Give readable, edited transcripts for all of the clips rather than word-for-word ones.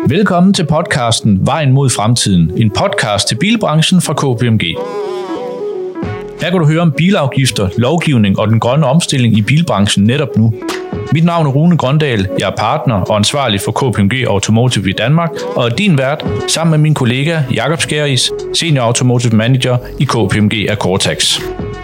Velkommen til podcasten Vejen mod fremtiden, en podcast til bilbranchen fra KPMG. Her kan du høre om bilafgifter, lovgivning og den grønne omstilling i bilbranchen netop nu. Mit navn er Rune Grøndal, jeg er partner og ansvarlig for KPMG Automotive i Danmark, og er din vært sammen med min kollega Jakob Skæris, Senior Automotive Manager i KPMG Accortax.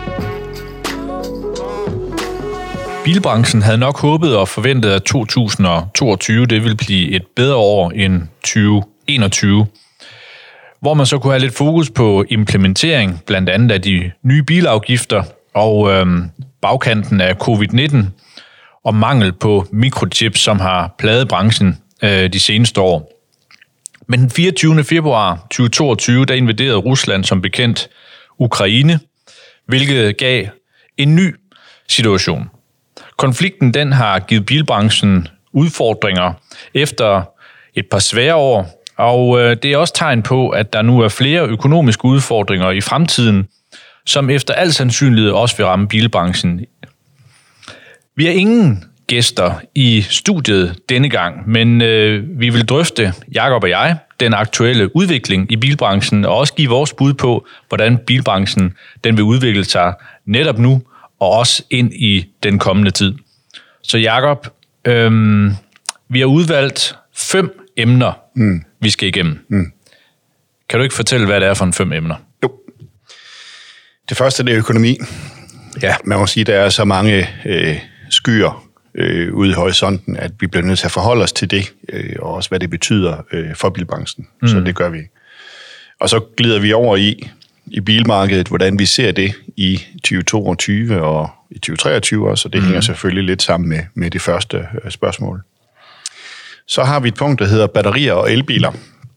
Bilbranchen havde nok håbet og forventet, at 2022 det ville blive et bedre år end 2021, hvor man så kunne have lidt fokus på implementering, blandt andet af de nye bilafgifter og bagkanten af covid-19 og mangel på mikrochips, som har plaget branchen de seneste år. Men den 24. februar 2022, der invaderede Rusland som bekendt Ukraine, hvilket gav en ny situation. Konflikten den har givet bilbranchen udfordringer efter et par svære år, og det er også tegn på, at der nu er flere økonomiske udfordringer i fremtiden, som efter al sandsynlighed også vil ramme bilbranchen. Vi har ingen gæster i studiet denne gang, men vi vil drøfte, Jakob og jeg, den aktuelle udvikling i bilbranchen og også give vores bud på, hvordan bilbranchen den vil udvikle sig netop nu og også ind i den kommende tid. Så Jakob, vi har udvalgt 5 emner, vi skal igennem. Kan du ikke fortælle, hvad det er for en 5 emner? Jo. Det første det er økonomi. Ja, man må sige, at der er så mange skyer ude i horisonten, at vi bliver nødt til at forholde os til det, og også hvad det betyder for bilbranchen. Så det gør vi. Og så glider vi over i bilmarkedet, hvordan vi ser det i 2022 og i 2023 også, og det hænger selvfølgelig lidt sammen med det første spørgsmål. Så har vi et punkt, der hedder batterier og elbiler.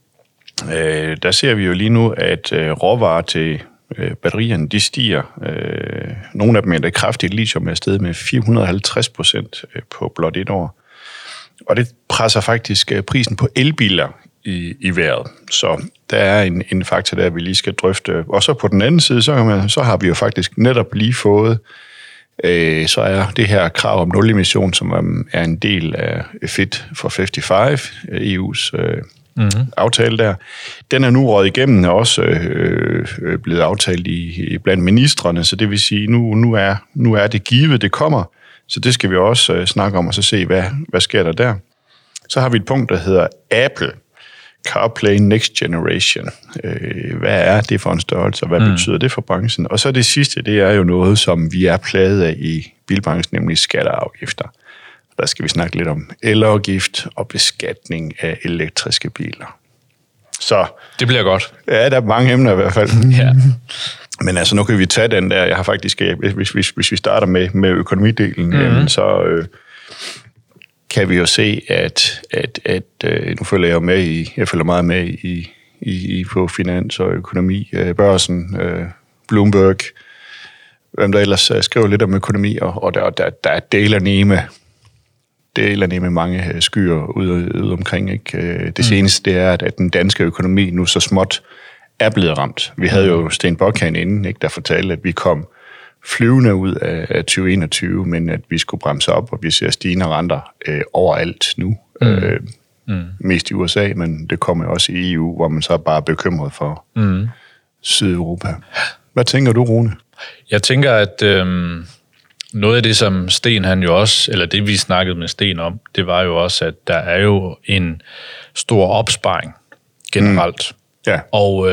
Der ser vi jo lige nu, at råvarer til batterierne, de stiger. Nogle af dem er der kraftigt, lithium er afsted med 450% på blot et år. Og det presser faktisk prisen på elbiler i vejret. Så der er en faktor, der vi lige skal drøfte. Og så på den anden side, så har vi jo faktisk netop lige fået, så er det her krav om nul-emission, som er en del af Fit for 55, EU's aftale der. Den er nu røget igennem og også blevet aftalt blandt ministrene, så det vil sige, nu er det givet, det kommer. Så det skal vi også snakke om og så se, hvad sker der. Så har vi et punkt, der hedder Apple CarPlay Next Generation. Hvad er det for en størrelse, og hvad betyder det for branchen? Og så det sidste, det er jo noget, som vi er plaget af i bilbranchen, nemlig skatter og afgifter. Der skal vi snakke lidt om elafgift og beskatning af elektriske biler. Så det bliver godt. Ja, der er mange emner i hvert fald. Ja. Men altså, nu kan vi tage den der. Jeg har faktisk, hvis vi starter med økonomidelen, så kan vi jo se, at nu følger jeg med jeg følger meget med i på finans og økonomi, børsen, Bloomberg, hvem der ellers skriver lidt om økonomi, og der er delerne med mange skyer ude omkring. Ikke? Det seneste det er, at den danske økonomi nu så småt er blevet ramt. Vi havde jo Sten Bockhahn inden, ikke, der fortalte, at vi kom flyvende ud af 2021, men at vi skulle bremse op, og vi ser stigende renter overalt nu. Mest i USA, men det kommer også i EU, hvor man så er bare bekymret for Sydeuropa. Hvad tænker du, Rune? Jeg tænker, at noget af det, som Sten han jo også, eller det vi snakkede med Sten om, det var jo også, at der er jo en stor opsparing generelt. Ja. Og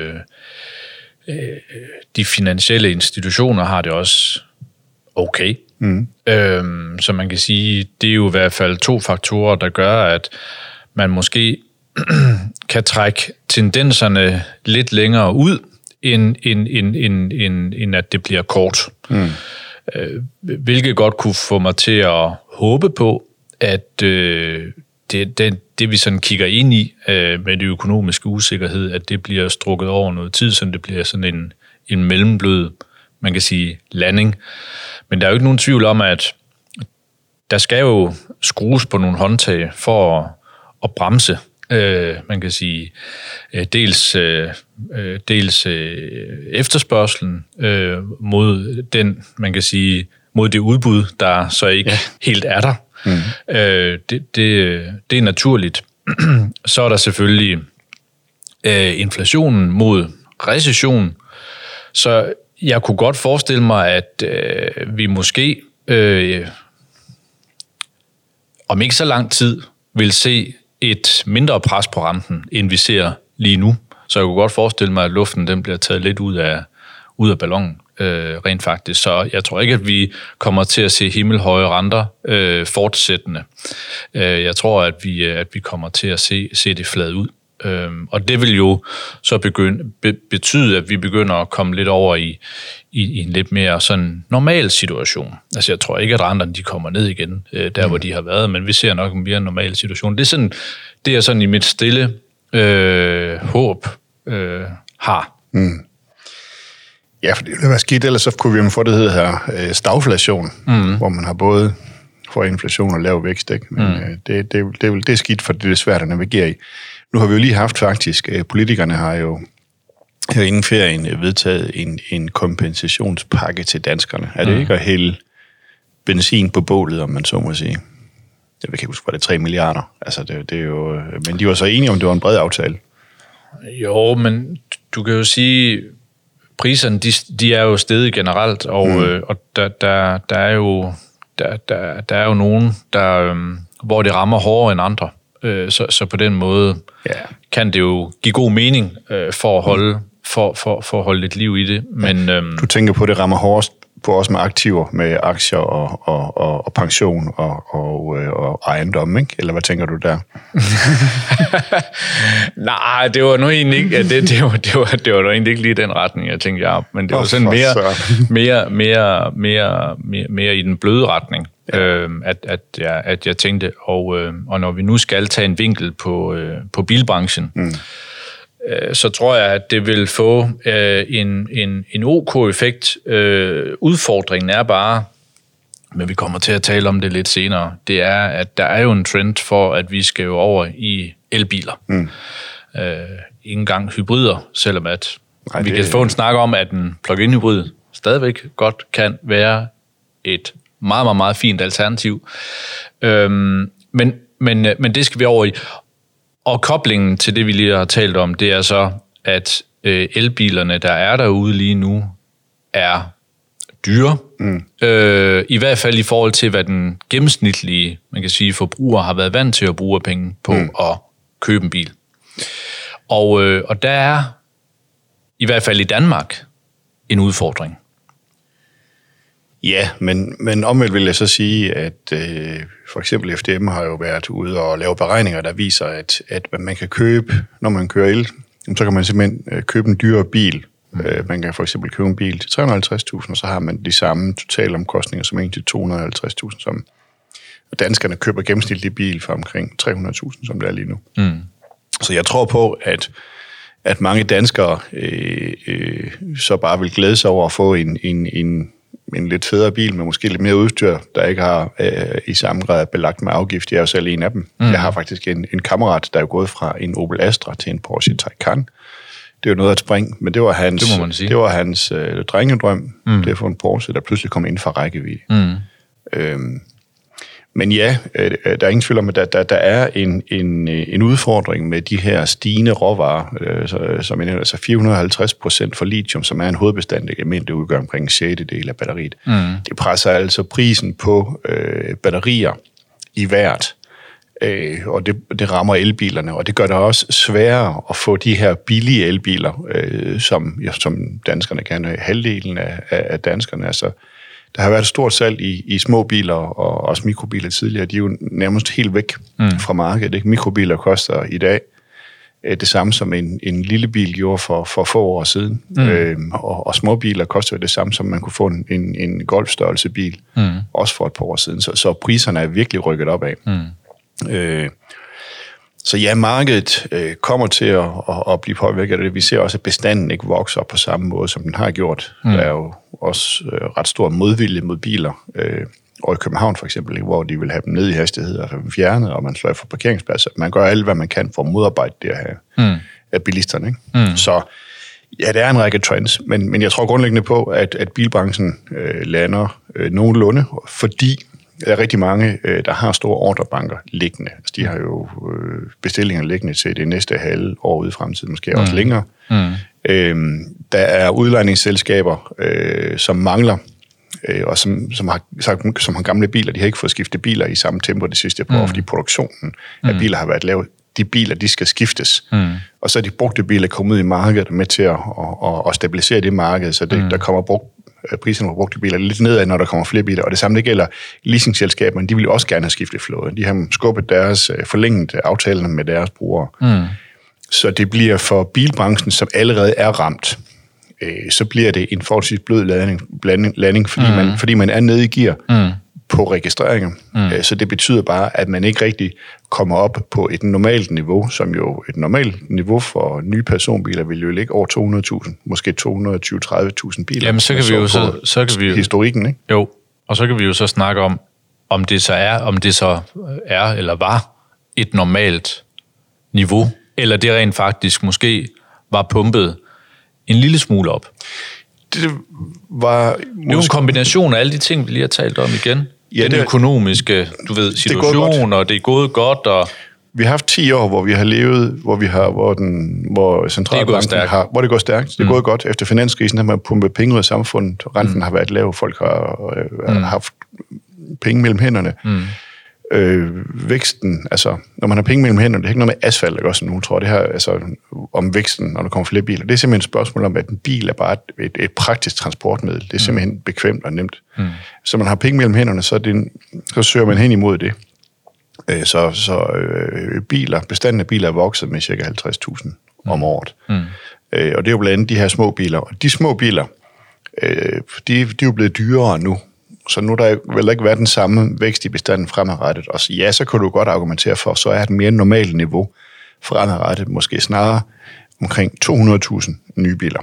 de finansielle institutioner har det også okay. Så man kan sige, det er jo i hvert fald 2 faktorer, der gør, at man måske kan trække tendenserne lidt længere ud, end at det bliver kort. Hvilket godt kunne få mig til at håbe på, at det vi sådan kigger ind i med det økonomiske usikkerhed, at det bliver strukket over noget tid, så det bliver sådan en mellemblød, man kan sige, landing. Men der er jo ikke nogen tvivl om, at der skal jo skrues på nogle håndtag for at bremse, man kan sige, dels efterspørgselen mod den, man kan sige, mod det udbud, der så ikke helt er der. Det er naturligt. Så er der selvfølgelig inflationen mod recession. Så jeg kunne godt forestille mig, at vi måske om ikke så lang tid vil se et mindre pres på renten, end vi ser lige nu. Så jeg kunne godt forestille mig, at luften den bliver taget lidt ud af ballonen, rent faktisk. Så jeg tror ikke, at vi kommer til at se himmelhøje renter fortsættende. Jeg tror, at vi kommer til at se det flade ud. Og det vil jo så betyde, at vi begynder at komme lidt over i en lidt mere sådan normal situation. Altså jeg tror ikke, at renterne de kommer ned igen, der hvor de har været, men vi ser nok en mere normal situation. Det er sådan i mit stille håb har. Ja, for det ville være skidt, ellers så kunne vi jo få det her stagflation, hvor man har både for inflation og lav vækst, ikke? Men det er skidt, for det er svært at navigere i. Nu har vi jo lige haft faktisk, politikerne har jo her inden ferien vedtaget en kompensationspakke til danskerne. Er det ikke at hælde benzin på bålet, om man så må sige? Jeg kan ikke huske, var det 3 milliarder? Altså, det er jo, men de var så enige om, det var en bred aftale. Jo, men du kan jo sige, priserne de er jo steget generelt, og der er jo nogen, hvor det rammer hårdere end andre. Så på den måde kan det jo give god mening for at holde for at holde lidt liv i det. Men du tænker på, at det rammer hårdest på os med aktiver, med aktier og pension og ejendom, ikke? Eller hvad tænker du der? Nej, det var nu egentlig ikke. Det var nu egentlig ikke lige den retning, jeg tænkte op. Men det var sådan mere i den bløde retning, at jeg tænkte. Og når vi nu skal tage en vinkel på bilbranchen, så tror jeg, at det vil få en OK-effekt. Udfordringen er bare, men vi kommer til at tale om det lidt senere, det er, at der er jo en trend for, at vi skal jo over i elbiler. Ikke engang hybrider, selvom at vi kan få en snak om, at en plug-in hybrid stadigvæk godt kan være et meget, meget, meget fint alternativ. Men det skal vi over i. Og koblingen til det, vi lige har talt om, det er så, at elbilerne, der er derude lige nu, er dyre. I hvert fald i forhold til, hvad den gennemsnitlige, man kan sige, forbruger har været vant til at bruge penge på at købe en bil. Og der er, i hvert fald i Danmark, en udfordring. Ja, men omvendt vil jeg så sige, at for eksempel FDM har jo været ude og lave beregninger, der viser, at man kan købe, når man kører el, så kan man simpelthen købe en dyrere bil. Man kan for eksempel købe en bil til 350.000, og så har man de samme totalomkostninger som en til 250.000, som danskerne køber gennemsnitlig bil for omkring 300.000, som det er lige nu. Så jeg tror på, at mange danskere så bare vil glæde sig over at få en lidt federe bil med måske lidt mere udstyr, der ikke har i samme grad belagt med afgift. Jeg er jo selv en af dem. Jeg har faktisk en kammerat, der er gået fra en Opel Astra til en Porsche Taycan. Det er jo noget at springe, men det var hans drengedrøm. Det er for en Porsche, der pludselig kom ind fra rækkevidde. Men ja, der er ingen tvivl om, at der er en udfordring med de her stigende råvarer, som jeg nævner, altså 450% for lithium, som er en hovedbestanddel, det udgør omkring en sjettedel af batteriet. Det presser altså prisen på batterier i hvert, og det rammer elbilerne, og det gør det også sværere at få de her billige elbiler, som danskerne gerne vil have, halvdelen af danskerne, altså. Der har været et stort salg i små biler og også mikrobiler tidligere. De er jo nærmest helt væk fra markedet. Ikke? Mikrobiler koster i dag det samme, som en lille bil gjorde for få år siden. Og små biler koster det samme, som man kunne få en golfstørrelse bil, også for et par år siden. Så priserne er virkelig rykket opad. Så ja, markedet kommer til at blive påvirket af det. Vi ser også, at bestanden ikke vokser på samme måde, som den har gjort. Der er jo også ret stor modvilje mod biler. Og i København for eksempel, hvor de vil have dem ned i hastighed og have dem fjernet, og man slår for parkeringspladser. Man gør alt, hvad man kan for at modarbejde det her af bilisterne. Ikke? Så ja, der er en række trends, men jeg tror grundlæggende på, at bilbranchen lander nogenlunde, fordi er rigtig mange, der har store ordrebanker liggende. Altså, de har jo bestillinger liggende til det næste halve år ude i fremtiden, måske også længere. Der er udlejningsselskaber, som mangler, og som har gamle biler. De har ikke fået skiftet biler i samme tempo det sidste par år, fordi produktionen af biler har været lav. De biler, de skal skiftes. Og så er de brugte biler kommet ud i markedet med til at stabilisere det marked, så der kommer priserne på brugte biler lidt nedad, når der kommer flere biler. Og det samme det gælder leasingselskaberne. De vil jo også gerne have skiftet flåden. De har skubbet forlænget aftalerne med deres brugere. Så det bliver for bilbranchen, som allerede er ramt, så bliver det en forholdsvis blød landing, fordi man er nede i gear på registreringer. Så det betyder bare, at man ikke rigtig kommer op på et normalt niveau, som jo et normalt niveau for nye personbiler vil jo ligge over 200.000, måske 220-30.000 biler. Jamen, så kan vi jo historikken, ikke? Jo, og så kan vi jo så snakke om det så er eller var et normalt niveau, eller det rent faktisk måske var pumpet en lille smule op. Det var det er jo en kombination af alle de ting, vi lige har talt om igen. Ja, den økonomiske, situation, og det er gået godt. Og vi har haft 10 år, hvor vi har levet, hvor centralbanken hvor det går stærkt. Det er gået godt. Efter finanskrisen har man pumpet penge ud af samfundet. Renten har været lav. Folk har haft penge mellem hænderne. Væksten, altså, når man har penge mellem hænderne, det er ikke noget med asfalt, ikke, som nogen tror, det her, altså, om væksten, når der kommer flere biler. Det er simpelthen et spørgsmål om, at en bil er bare et praktisk transportmiddel. Det er simpelthen bekvemt og nemt. Så man har penge mellem hænderne, så søger man hen imod det. Bestanden af biler er vokset med ca. 50.000 om året. Og det er jo blandt andet de her små biler. Og de små biler, de er jo blevet dyrere nu. Så nu vil der ikke være den samme vækst i bestanden fremadrettet. Og så kan du godt argumentere for, så er det mere normalt niveau fremadrettet, måske snarere omkring 200.000 nye biler,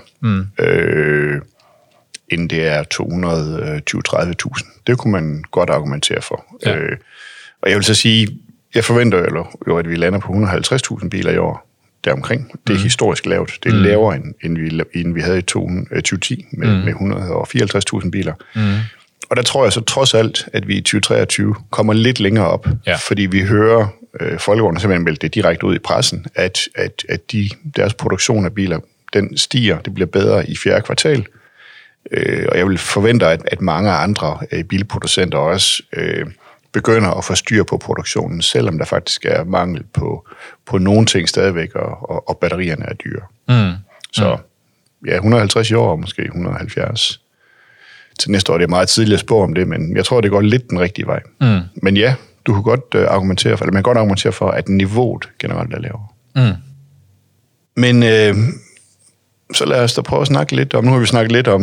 end det er 220-30.000. Det kunne man godt argumentere for. Ja. Og jeg vil så sige, jeg forventer jo, at vi lander på 150.000 biler i år deromkring. Det er historisk lavt. Det er lavere, end vi havde i 2010 med 154.000 biler. Og der tror jeg så trods alt, at vi i 2023 kommer lidt længere op, fordi vi hører Folkevogn simpelthen melde det direkte ud i pressen, at deres produktion af biler, den stiger, det bliver bedre i 4. kvartal. Og jeg vil forvente, at mange andre bilproducenter også begynder at få styr på produktionen, selvom der faktisk er mangel på nogle ting stadigvæk, og batterierne er dyre. Så 150 i år, måske 170 til næste år. Det er meget tidligt at spå om det, men jeg tror, det går lidt den rigtige vej. Men ja, du kan godt argumentere for, eller man kan godt argumentere for, at niveauet generelt er lavere. Men så lad os da prøve at snakke lidt om, nu har vi snakket lidt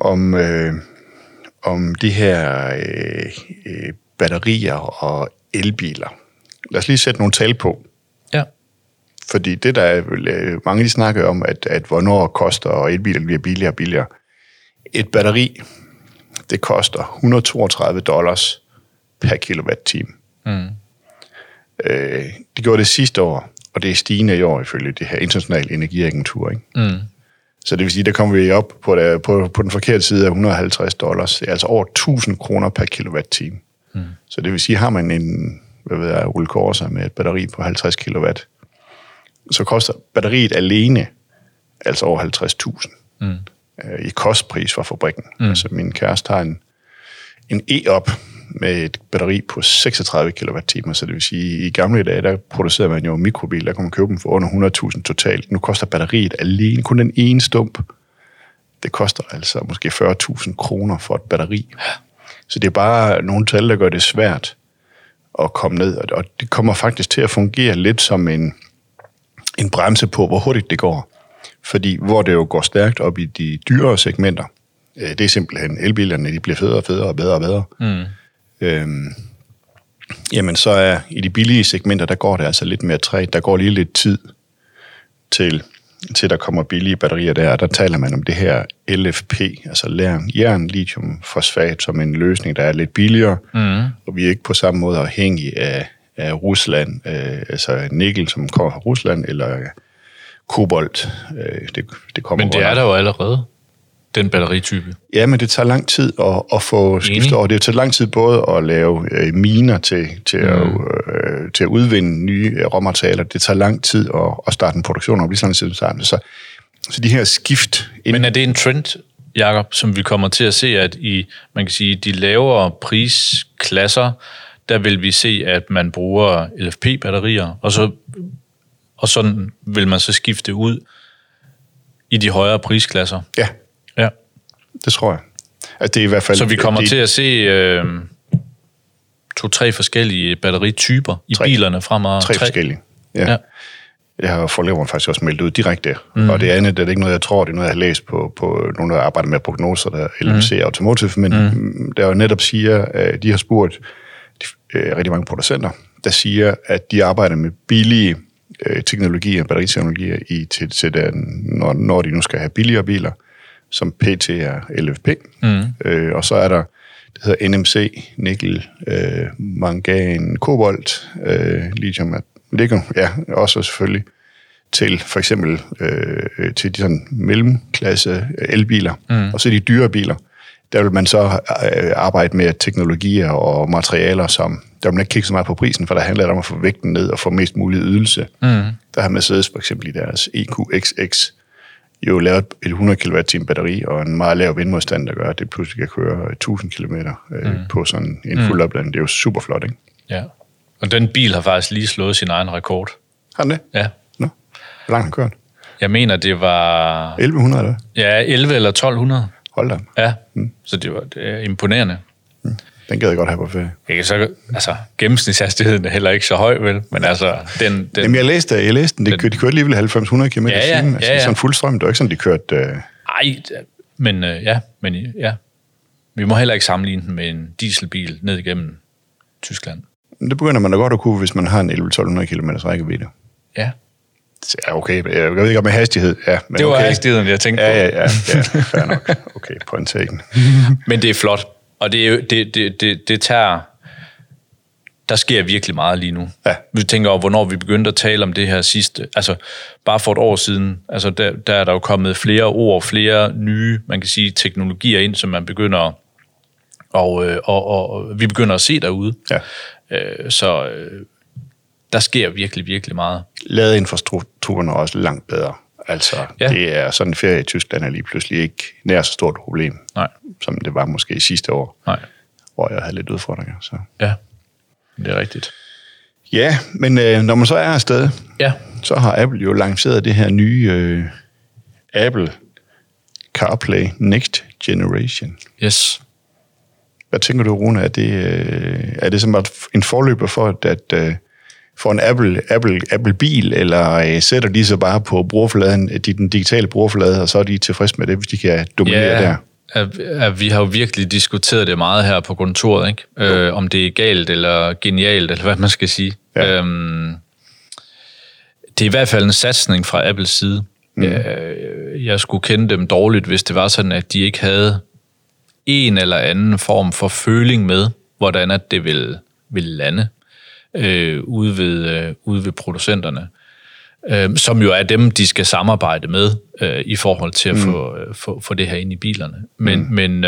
om de her batterier og elbiler. Lad os lige sætte nogle tal på. Ja. Fordi det der er mange, de snakker om, at hvornår koster, og elbiler bliver billigere og billigere. Et batteri, det koster $132 per kilowatt-time. Det gjorde det sidste år, og det er stigende i år ifølge det her internationale energiagentur. Ikke? Så det vil sige, der kommer vi op på den forkerte side af $150. Det er altså over 1.000 kroner per kilowatt-time. Så det vil sige, har man en Opel Corsa med et batteri på 50 kilowatt, så koster batteriet alene altså over 50.000 i kostpris fra fabrikken. Altså min kæreste har en E-Up med et batteri på 36 kWh, så det vil sige, i gamle dage, der producerede man jo mikrobil, der kunne man købe dem for under 100.000 totalt. Nu koster batteriet alene, kun den ene stump, det koster altså måske 40.000 kroner for et batteri. Så det er bare nogle tal, der gør det svært at komme ned, og det kommer faktisk til at fungere lidt som en bremse på, hvor hurtigt det går. Fordi hvor det jo går stærkt op i de dyrere segmenter, det er simpelthen elbilerne, de bliver federe og federe og bedre og bedre. Jamen så er i de billige segmenter, der går det altså lidt mere trægt. Der går lige lidt tid til der kommer billige batterier der. Der taler man om det her LFP, altså jern, lithium, fosfat, som en løsning, der er lidt billigere. Og vi er ikke på samme måde afhængige af Rusland, altså nikkel, som kommer fra Rusland, eller kobolt. Det kommer. Men det er der jo allerede. den batteritype. Ja, men det tager lang tid at få skiftet over. Det tager lang tid både at lave miner til at udvinde nye råmaterialer. Det tager lang tid at starte en produktion op, lige sådan tid starten. Så de her skift... Men er det en trend, Jakob, som vi kommer til at se, at i, man kan sige, de lavere prisklasser, der vil vi se, at man bruger LFP-batterier, og sådan vil man så skifte ud i de højere prisklasser? Ja. Det tror jeg. Altså, det er i hvert fald, så vi kommer til at se 2-3 forskellige batterityper i bilerne fremover? 3 forskellige, ja. Jeg har forleveren faktisk også meldt ud direkte der. Og det andet, det er ikke noget, jeg tror, det er noget, jeg har læst på nogle, der arbejder med prognoser, der LMC Automotive, men der jo netop siger, at de har spurgt rigtig mange producenter, der siger, at de arbejder med billige teknologier, batteriteknologier når de nu skal have billigere biler, som PT er LFP. Og så er der, det hedder NMC, nikkel, mangan, kobolt, lithium, ja, også selvfølgelig til for eksempel til de sådan mellemklasse elbiler, og så de dyre biler. Der vil man så arbejde med teknologier og materialer, som der vil man ikke kigge så meget på prisen, for der handler det om at få vægten ned og få mest mulig ydelse. Der har Mercedes for eksempel i deres EQXX jo lavet et 100 kWh batteri og en meget lav vindmodstand, der gør, at det pludselig kan køre 1000 km på sådan en fuld opladning. Det er jo super flot, ikke? Ja, og den bil har faktisk lige slået sin egen rekord. Har den det? Ja. Nå, hvor langt har den kørt? Jeg mener, det var... 1100, eller? Ja, 11 eller 1200. Hold da. Ja, så det er imponerende. Den gad jeg godt have på ferie. Altså, gennemsnitshastigheden er heller ikke så høj, vel? Men altså, den... Jamen, jeg læste den. De kørte alligevel 90-100 km i timen. Altså, sådan fuld strøm. Det var ikke sådan, de kørte... Nej, men vi må heller ikke sammenligne den med en dieselbil ned igennem Tyskland. Det begynder man da godt at kunne, hvis man har en 11-1200 km rækkevidde. Ja. Ja, okay. Jeg ved ikke om med hastighed. Ja, men det var okay. Hastigheden, jeg tænkte på. Ja, fair nok. Okay, point taken. Men det er flot. Og det tager... Der sker virkelig meget lige nu. Ja. Vi tænker over, hvornår vi begyndte at tale om det her sidste... Altså, bare for et år siden, altså der er der jo kommet flere ord, flere nye, man kan sige, teknologier ind, som man begynder... Og vi begynder at se derude. Ja. Så der sker virkelig, virkelig meget. Ladeinfrastrukturen er også langt bedre. Altså, det er sådan en ferie i Tyskland er lige pludselig ikke nær så stort problem, som det var måske sidste år, hvor jeg havde lidt udfordringer. Så. Ja, det er rigtigt. Ja, men når man så er afsted, så har Apple jo lanceret det her nye Apple CarPlay Next Generation. Yes. Hvad tænker du, Rune? Er det som en forløber for, for en Apple-bil, eller sætter de så bare på brugerfladen, den digitale brugerflade, og så er de tilfredse med det, hvis de kan dominere der? Ja, vi har jo virkelig diskuteret det meget her på kontoret, ikke? Om det er galt eller genialt, eller hvad man skal sige. Ja. Det er i hvert fald en satsning fra Apples side. Jeg skulle kende dem dårligt, hvis det var sådan, at de ikke havde en eller anden form for føling med, hvordan at det ville få ude ved producenterne, som jo er dem, de skal samarbejde med i forhold til at få det her ind i bilerne. Men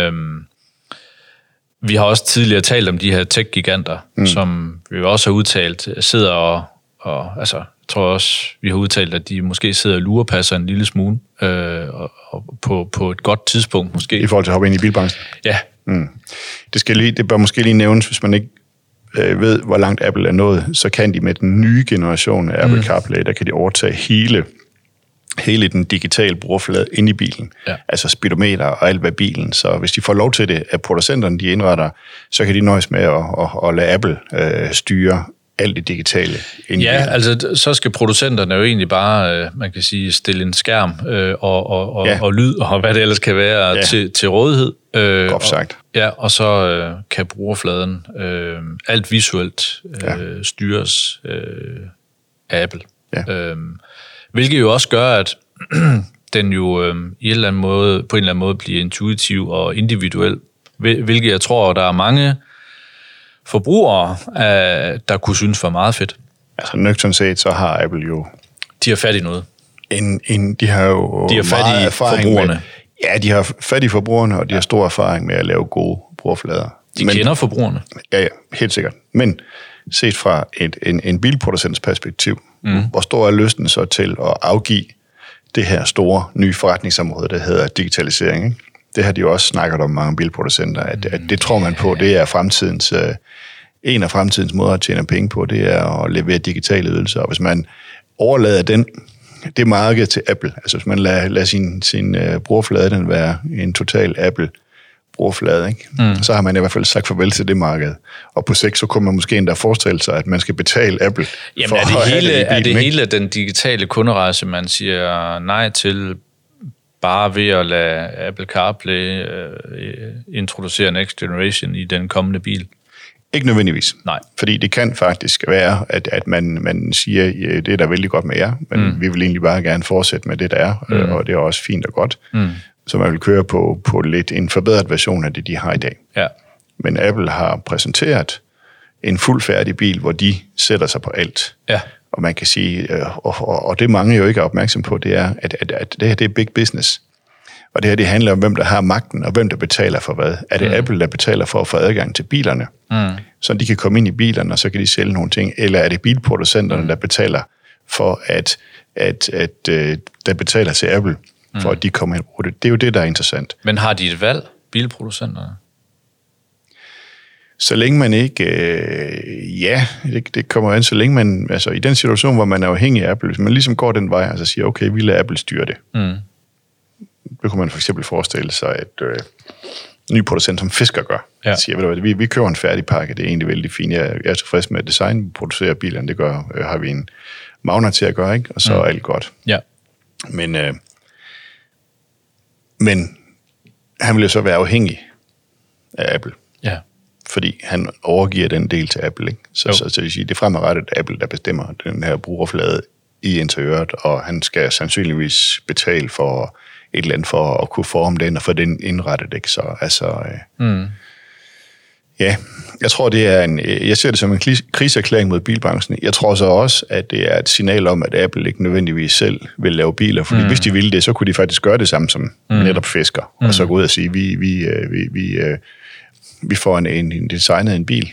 vi har også tidligere talt om de her tech-giganter, som vi også har udtalt, sidder og altså, jeg tror også, vi har udtalt, at de måske sidder og lurepasser en lille smule, og på et godt tidspunkt måske. I forhold til at hoppe ind i bilbranchen? Ja. Det bør måske lige nævnes, hvis man ikke ved, hvor langt Apple er nået, så kan de med den nye generation af Apple CarPlay, der kan de overtage hele den digitale brugerflade ind i bilen. Ja. Altså speedometer og alt hvad bilen. Så hvis de får lov til det, at producenterne de indretter, så kan de nøjes med at lade Apple styre alt det digitale ind i bilen. Altså så skal producenterne jo egentlig bare, man kan sige, stille en skærm og lyd og hvad det ellers kan være til rådighed. Godt sagt. Og så kan brugerfladen alt visuelt styres af Apple. Ja. Hvilket jo også gør, at den jo på en eller anden måde bliver intuitiv og individuel. Hvilket jeg tror, der er mange forbrugere, der kunne synes var meget fedt. Altså nøgternt set, så har Apple jo... De har fat i noget. De har jo de har fat i forbrugerne. Ja, de har fat i forbrugerne, og de har stor erfaring med at lave gode brugerflader. De kender forbrugerne. Ja, helt sikkert. Men set fra en bilproducents perspektiv, hvor stor er lysten så til at afgive det her store nye forretningsområde, der hedder digitalisering, ikke? Det har de jo også snakket om, mange bilproducenter, at det tror man på, det er fremtidens, en af fremtidens måder at tjene penge på, det er at levere digitale ydelser. Og hvis man overlader det marked til Apple, altså hvis man lader sin brugerflade den være en total Apple brugerflade, ikke? Så har man i hvert fald sagt farvel til det marked. Og på sigt, så kunne man måske endda forestille sig, at man skal betale Apple for at have det i bilen. Er det hele den digitale kunderejse, man siger nej til, bare ved at lade Apple CarPlay introducere Next Generation i den kommende bil? Ikke nødvendigvis. Nej. Fordi det kan faktisk være, at man siger, det er da vældig godt med jer, men vi vil egentlig bare gerne fortsætte med det, der er, og det er også fint og godt. Så man vil køre på lidt en forbedret version af det, de har i dag. Ja. Men Apple har præsenteret en fuldfærdig bil, hvor de sætter sig på alt. Ja. Og man kan sige, og det mange jo ikke er opmærksom på, det er, at det her det er big business. Og det her det handler om, hvem der har magten, og hvem der betaler for hvad. Er det Apple, der betaler for at få adgang til bilerne, så de kan komme ind i bilerne, og så kan de sælge nogle ting? Eller er det bilproducenterne, der betaler for, at der betaler til Apple, for at de kommer ind og bruger det? Det er jo det, der er interessant. Men har de et valg, bilproducenterne? Så længe man ikke... det kommer an, så længe man... Altså i den situation, hvor man er afhængig af Apple, hvis man ligesom går den vej, og så siger, okay, vi lader Apple styre det. Det kunne man for eksempel forestille sig, at nye producenter som Fisker gør. Ja. Siger, ved du hvad, vi køber en færdig pakke, det er egentlig vældig fint. Jeg er tilfreds med at design producerer bilerne, det gør, har vi en Magna til at gøre, ikke? Og så er alt godt. Ja. Men han vil jo så være afhængig af Apple. Ja. Fordi han overgiver den del til Apple, ikke? Så det vil sige, det er fremadrettet Apple, der bestemmer den her brugerflade i interiøret, og han skal sandsynligvis betale for et eller andet for at kunne forme den og få den indrettet, ikke? Så altså... Ja, jeg tror, jeg ser det som en kriserklæring mod bilbranchen. Jeg tror så også, at det er et signal om, at Apple ikke nødvendigvis selv vil lave biler, fordi hvis de ville det, så kunne de faktisk gøre det samme som netop Fisker, og så gå ud og sige, vi får en designet en bil.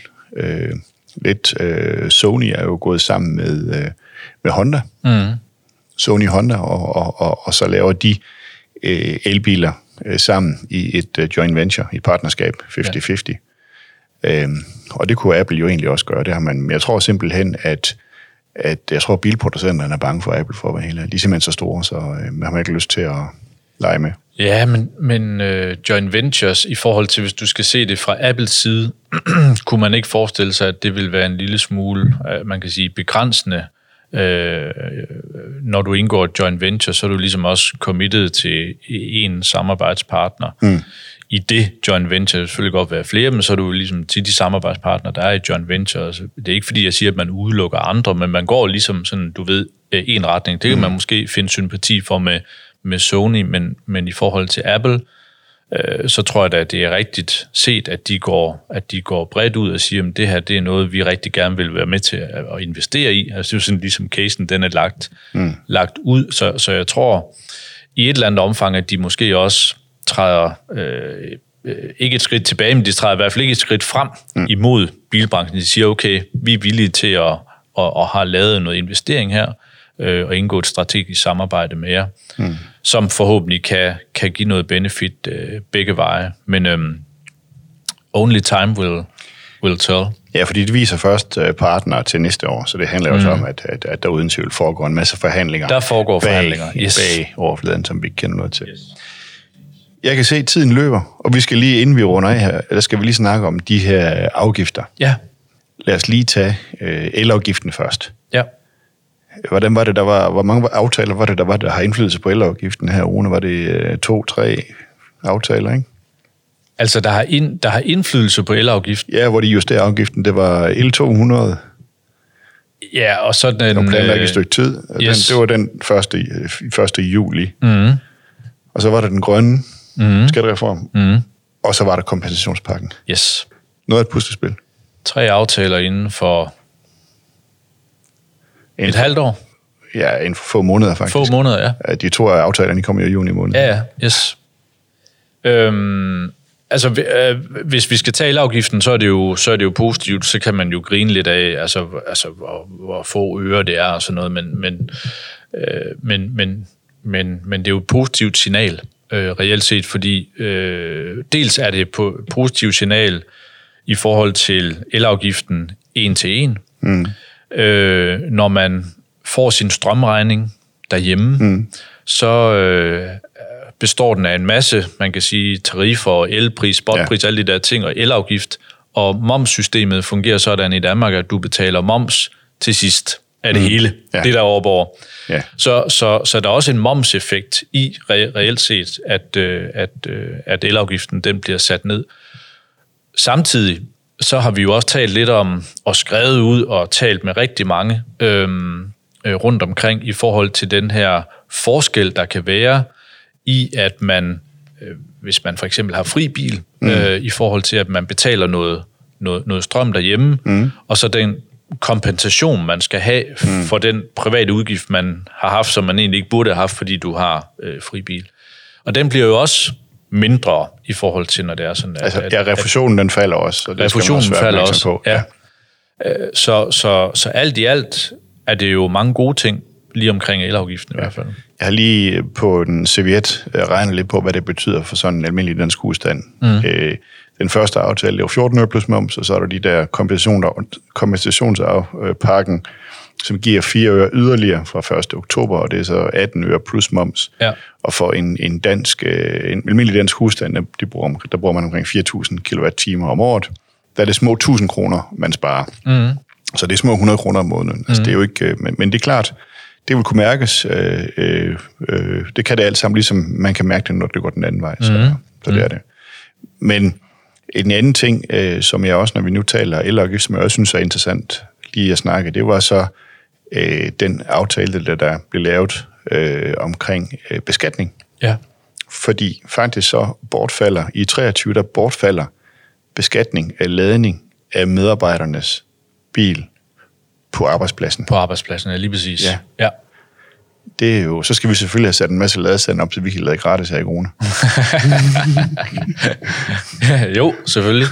Sony er jo gået sammen med Honda. Sony Honda, og så laver de elbiler sammen i et joint venture, et partnerskab, 50-50. Og det kunne Apple jo egentlig også gøre. Det har man. Men jeg tror simpelthen, at jeg tror, bilproducenterne er bange for Apple for at være hele. De er simpelthen så store, så man har ikke lyst til at lege med. Ja, men joint ventures, i forhold til, hvis du skal se det fra Apples side, kunne man ikke forestille sig, at det vil være en lille smule, man kan sige, begrænsende. Når du indgår et joint venture, så er du ligesom også committed til en samarbejdspartner. I det joint venture, det selvfølgelig godt være flere, men så er du ligesom til de samarbejdspartnere, der er i joint venture. Altså, det er ikke fordi, jeg siger, at man udelukker andre, men man går ligesom sådan, du ved, en retning. Det kan man måske finde sympati for med Sony, men i forhold til Apple, så tror jeg da, at det er rigtigt set, at de går bredt ud og siger, at det her det er noget, vi rigtig gerne vil være med til at investere i. Altså det er jo sådan ligesom casen, den er lagt ud. Så jeg tror i et eller andet omfang, at de måske også træder ikke et skridt tilbage, men de træder i hvert fald ikke et skridt frem imod bilbranchen. De siger, okay, vi er villige til at have lavet noget investering her, og indgå et strategisk samarbejde med jer, som forhåbentlig kan give noget benefit begge veje. Men only time will tell. Ja, fordi det viser først partner til næste år, så det handler også om, at der uden tvivl foregår en masse forhandlinger. Der foregår forhandlinger, bag overfladen, som vi ikke kender noget til. Yes. Jeg kan se, at tiden løber, og vi skal lige, inden vi runder af her, der skal vi lige snakke om de her afgifter. Ja. Lad os lige tage elafgiften først. Ja. Hvordan var det, hvor mange aftaler var det, der har indflydelse på elafgiften her, Rune? Var det 2-3 aftaler, ikke? Altså, der har indflydelse på elafgiften? Ja, hvor de justerer afgiften. Det var L200. Ja, og så den... Det var planlagt et stykke tid. Yes. Det var den 1. juli. Og så var der den grønne skattereform. Og så var der kompensationspakken. Yes. Noget af et puslespil. 3 aftaler inden for et halvt år? Ja, inden for få måneder faktisk. Få måneder, ja. De 2 aftaler, de kom i juni måned. Ja, yes. Hvis vi skal tage elafgiften, så er det jo positivt, så kan man jo grine lidt af, hvor få øre det er og sådan noget, men det er jo et positivt signal, reelt set, fordi dels er det et positivt signal i forhold til elafgiften 1-1, når man får sin strømregning derhjemme, så består den af en masse, man kan sige, tariffer, elpris, spotpris, alle de der ting, og elafgift. Og momssystemet fungerer sådan i Danmark, at du betaler moms til sidst af det hele. Ja. Det der oppe over. Ja. Så der er også en momseffekt i reelt set, at elafgiften den bliver sat ned. Samtidig så har vi jo også talt lidt om, og skrevet ud og talt med rigtig mange rundt omkring i forhold til den her forskel, der kan være i, at man, hvis man for eksempel har fri bil, i forhold til, at man betaler noget strøm derhjemme, og så den kompensation, man skal have for den private udgift, man har haft, som man egentlig ikke burde have haft, fordi du har fri bil. Og den bliver jo også mindre i forhold til, når det er sådan... refusionen den falder også. Og det refusionen skal man også falder også, på. Ja. Så alt i alt er det jo mange gode ting, lige omkring elafgiften i hvert fald. Jeg har lige på den serviet regnet lidt på, hvad det betyder for sådan en almindelig dansk husstand. Den første aftale, det var 14 øre plus moms, og så er der de der kompensationspakken, som giver 4 øre yderligere fra 1. oktober, og det er så 18 øre plus moms. Ja. Og for en almindelig dansk husstand, der bruger man omkring 4.000 kWh om året. Der er det små 1.000 kroner, man sparer. Så det er små 100 kroner om måneden. Altså, det er jo ikke, men det er klart, det vil kunne mærkes. Det kan det alt sammen, ligesom man kan mærke det, når det går den anden vej. Så det er det. Men en anden ting, som jeg også, når vi nu taler elafgift, som jeg også synes er interessant lige at snakke, det var så den aftale, der blev lavet omkring beskatning. Ja. Fordi faktisk så bortfalder, i 23, der bortfalder beskatning af ladning af medarbejdernes bil på arbejdspladsen. På arbejdspladsen, ja, lige præcis. Ja. Det er jo, så skal vi selvfølgelig have sat en masse ladestander op, så vi kan lade gratis her i Grone. Jo, selvfølgelig.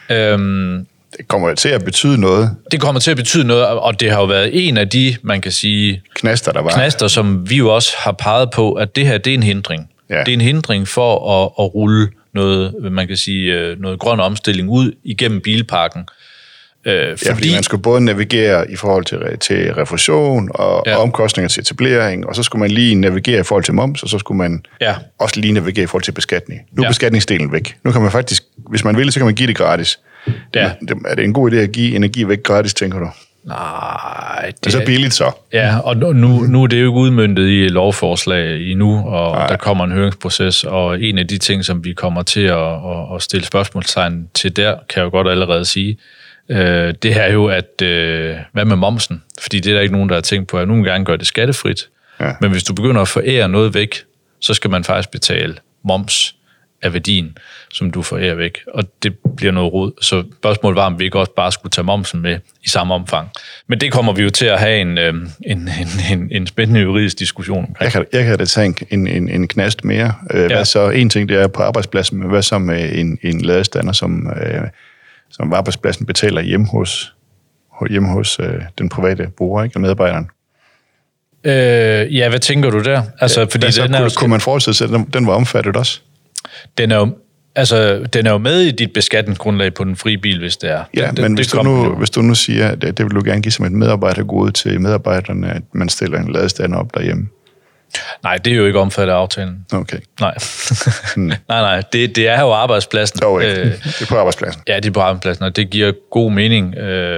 Det kommer til at betyde noget. Det kommer til at betyde noget, og det har jo været en af de, man kan sige, knaster, som vi jo også har peget på, at det her, det er en hindring. Ja. Det er en hindring for at rulle noget, man kan sige, noget grøn omstilling ud igennem bilparken. Fordi man skulle både navigere i forhold til refusion og omkostninger til etablering, og så skulle man lige navigere i forhold til moms, og så skulle man også lige navigere i forhold til beskatning. Nu er beskatningsdelen væk. Nu kan man faktisk, hvis man vil, så kan man give det gratis. Ja. Er det en god idé at give energi væk gratis, tænker du? Nej. Det er så billigt så. Ja, og nu er det jo ikke udmøntet i lovforslag endnu, og der kommer en høringsproces, og en af de ting, som vi kommer til at stille spørgsmålstegn til der, kan jeg jo godt allerede sige, det er jo, at hvad med momsen? Fordi det er der ikke nogen, der har tænkt på, at nogle gange gør det skattefrit. Ja. Men hvis du begynder at forære noget væk, så skal man faktisk betale moms af værdien, som du forærer væk. Og det bliver noget rod. Så spørgsmålet var, om vi ikke også bare skulle tage momsen med i samme omfang. Men det kommer vi jo til at have en spændende juridisk diskussion omkring. Jeg kan da tage en knast mere. Hvad så? En ting, det er på arbejdspladsen, men hvad så med en ladestander, som arbejdspladsen betaler hjemme hos den private bruger, ikke, og medarbejderen? Ja, hvad tænker du der? Altså, fordi kunne man forestille sig, at den var omfattet også? Den er jo med i dit beskatningsgrundlag på den frie bil, hvis det er. Ja, men hvis du nu siger, at det vil du gerne give som et medarbejdergode til medarbejderne, at man stiller en ladestander op derhjemme. Nej, det er jo ikke omfattet af aftalen. Okay. Nej. Nej, det er jo arbejdspladsen. Det er på arbejdspladsen. Ja, det er på arbejdspladsen, og det giver god mening.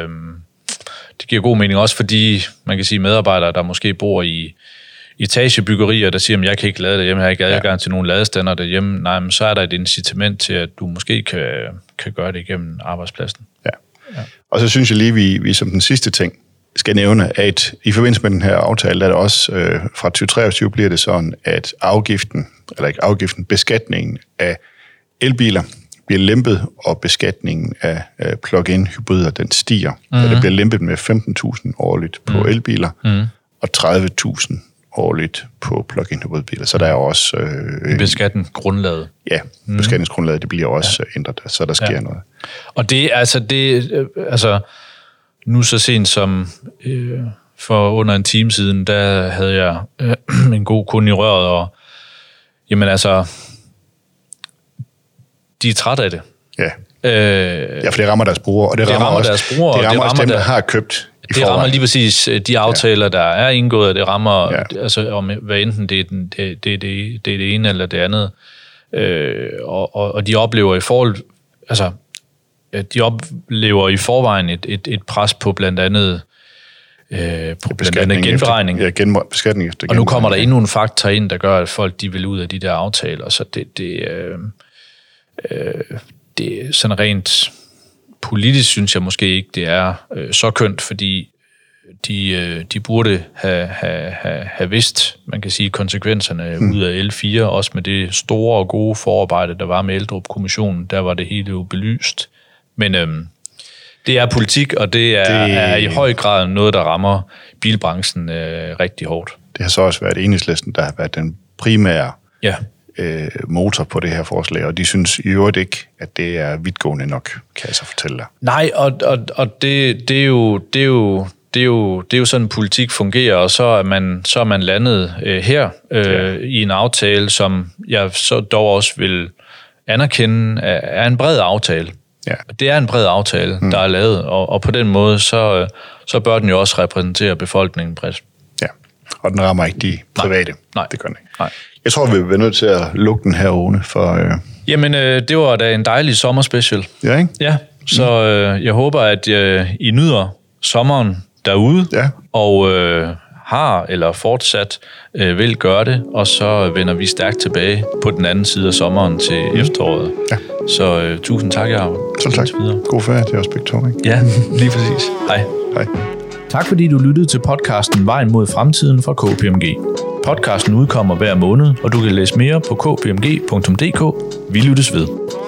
Det giver god mening også, fordi man kan sige medarbejdere, der måske bor i etagebyggerier, der siger, at jeg kan ikke lade derhjemme, jeg har ikke adgang til nogle ladestander derhjemme. Nej, men så er der et incitament til, at du måske kan gøre det igennem arbejdspladsen. Ja. Og så synes jeg lige, vi som den sidste ting skal nævne, at i forbindelse med den her aftale, der er det også fra 2023 bliver det sådan, at beskatningen af elbiler bliver lempet, og beskatningen af plug-in hybrider, den stiger. Så det bliver lempet med 15.000 årligt på elbiler, og 30.000 årligt på plug-in hybridbiler. Så der er også... beskatningsgrundlaget. Ja, beskatningsgrundlaget, det bliver også ændret, så der sker noget. Og det nu så sent som for under en time siden, der havde jeg en god kunde i røret, og jamen altså, de er trætte af det. Ja. Ja, for det rammer deres brugere, og det rammer også deres brugere, det rammer også dem, der har købt i det rammer lige præcis de aftaler, der er indgået, og det rammer, altså om hvad enten det er det ene eller det andet. Og de oplever i forhold, altså de oplever i forvejen et pres på blandt andet genberegning. Beskatning efter. Og nu kommer der endnu en faktor ind, der gør, at folk de vil ud af de der aftaler, så det er sådan rent politisk, synes jeg måske ikke, det er så kønt, fordi de burde have vidst, man kan sige, konsekvenserne ud af L4, også med det store og gode forarbejde, der var med Eldrup-kommissionen, der var det hele jo belyst. Men det er politik, og det er i høj grad noget, der rammer bilbranchen rigtig hårdt. Det har så også været Enhedslisten, der har været den primære motor på det her forslag, og de synes i øvrigt ikke, at det er vidtgående nok, kan jeg så fortælle dig. Nej, og det er jo sådan, politik fungerer, og så er man landet her i en aftale, som jeg så dog også vil anerkende, er en bred aftale. Ja. Det er en bred aftale, der er lavet, og på den måde, så bør den jo også repræsentere befolkningen bredt. Ja, og den rammer ikke de private. Nej. Det gør den ikke. Nej. Jeg tror, vi vil nødt til at lukke den her, Rune, for... Jamen, det var da en dejlig sommerspecial. Ja, ikke? Ja, så jeg håber, at I nyder sommeren derude, og har eller fortsat vil gøre det, og så vender vi stærkt tilbage på den anden side af sommeren til efteråret. Ja. Så tusind tak, Jacob. Selv tak. God ferie til os begge to, ikke? Ja, lige præcis. Hej. Hej. Tak fordi du lyttede til podcasten Vejen mod fremtiden fra KPMG. Podcasten udkommer hver måned, og du kan læse mere på kpmg.dk. Vi lyttes ved.